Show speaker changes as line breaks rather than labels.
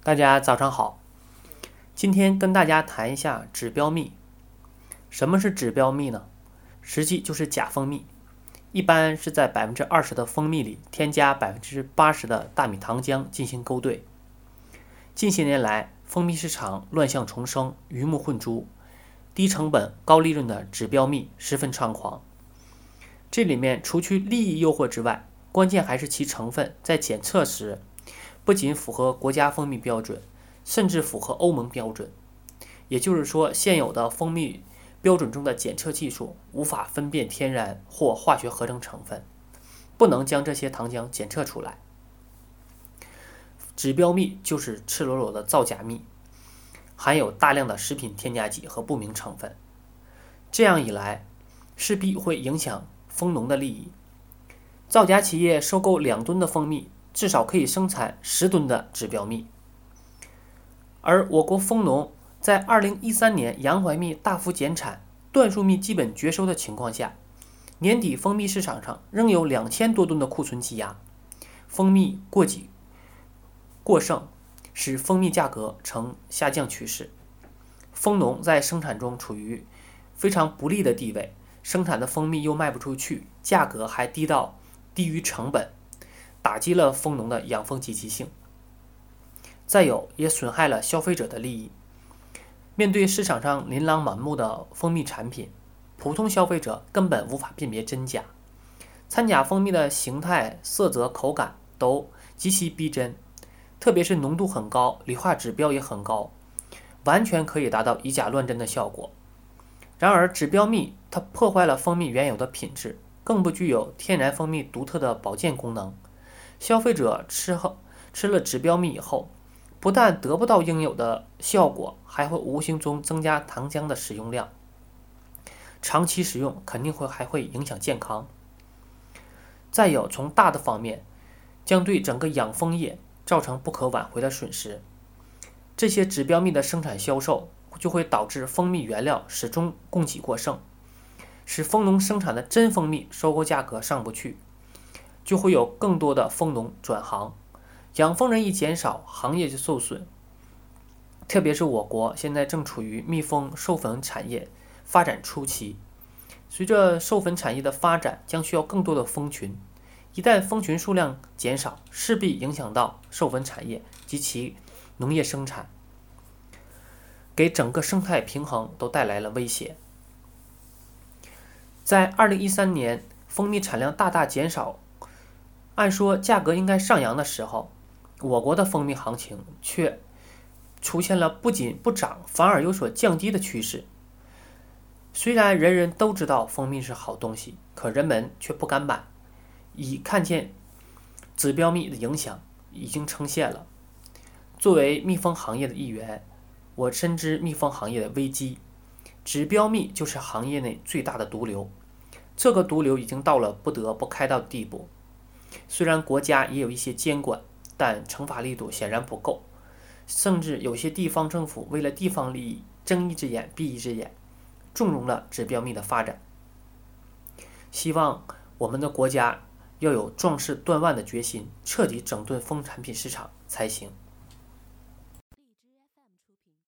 大家早上好，今天跟大家谈一下指标蜜。什么是指标蜜呢？实际就是假蜂蜜，一般是在20%的蜂蜜里添加80%的大米糖浆进行勾兑。近些年来，蜂蜜市场乱象丛生，鱼目混珠，低成本高利润的指标蜜十分猖狂。这里面除去利益诱惑之外，关键还是其成分在检测时不仅符合国家蜂蜜标准，甚至符合欧盟标准。也就是说，现有的蜂蜜标准中的检测技术无法分辨天然或化学合成成分，不能将这些糖浆检测出来。指标蜜就是赤裸裸的造假蜜，含有大量的食品添加剂和不明成分。这样一来，势必会影响蜂农的利益。造假企业收购2吨的蜂蜜，至少可以生产10吨的指标蜜。而我国蜂农在2013年洋槐蜜大幅减产、椴树蜜基本绝收的情况下，年底蜂蜜市场上仍有2000多吨的库存积压，蜂蜜过给过剩，使蜂蜜价格呈下降趋势。蜂农在生产中处于非常不利的地位，生产的蜂蜜又卖不出去，价格还低于成本，打击了蜂农的养蜂积极性。再有，也损害了消费者的利益。面对市场上琳琅满目的蜂蜜产品，普通消费者根本无法辨别真假。掺假蜂蜜的形态、色泽、口感都极其逼真，特别是浓度很高，理化指标也很高，完全可以达到以假乱真的效果。然而，指标蜜它破坏了蜂蜜原有的品质，更不具有天然蜂蜜独特的保健功能。消费者吃了指标蜜以后，不但得不到应有的效果，还会无形中增加糖浆的使用量，长期使用肯定还会影响健康。再有，从大的方面，将对整个养蜂业造成不可挽回的损失。这些指标蜜的生产销售就会导致蜂蜜原料始终供给过剩，使蜂农生产的真蜂蜜收购价格上不去，就会有更多的蜂农转行。养蜂人一减少，行业就受损。特别是我国现在正处于蜜蜂授粉产业发展初期，随着授粉产业的发展，将需要更多的蜂群。一旦蜂群数量减少，势必影响到授粉产业及其农业生产，给整个生态平衡都带来了威胁。在2013年蜂蜜产量大大减少，按说价格应该上扬的时候，我国的蜂蜜行情却出现了不仅不涨，反而有所降低的趋势。虽然人人都知道蜂蜜是好东西，可人们却不敢买，已看见指标蜜的影响已经呈现了。作为蜜蜂行业的一员，我深知蜜蜂行业的危机。指标蜜就是行业内最大的毒瘤，这个毒瘤已经到了不得不开刀的地步。虽然国家也有一些监管，但惩罚力度显然不够，甚至有些地方政府为了地方利益睁一只眼闭一只眼，纵容了指标蜜的发展。希望我们的国家要有壮士断腕的决心，彻底整顿蜂产品市场才行。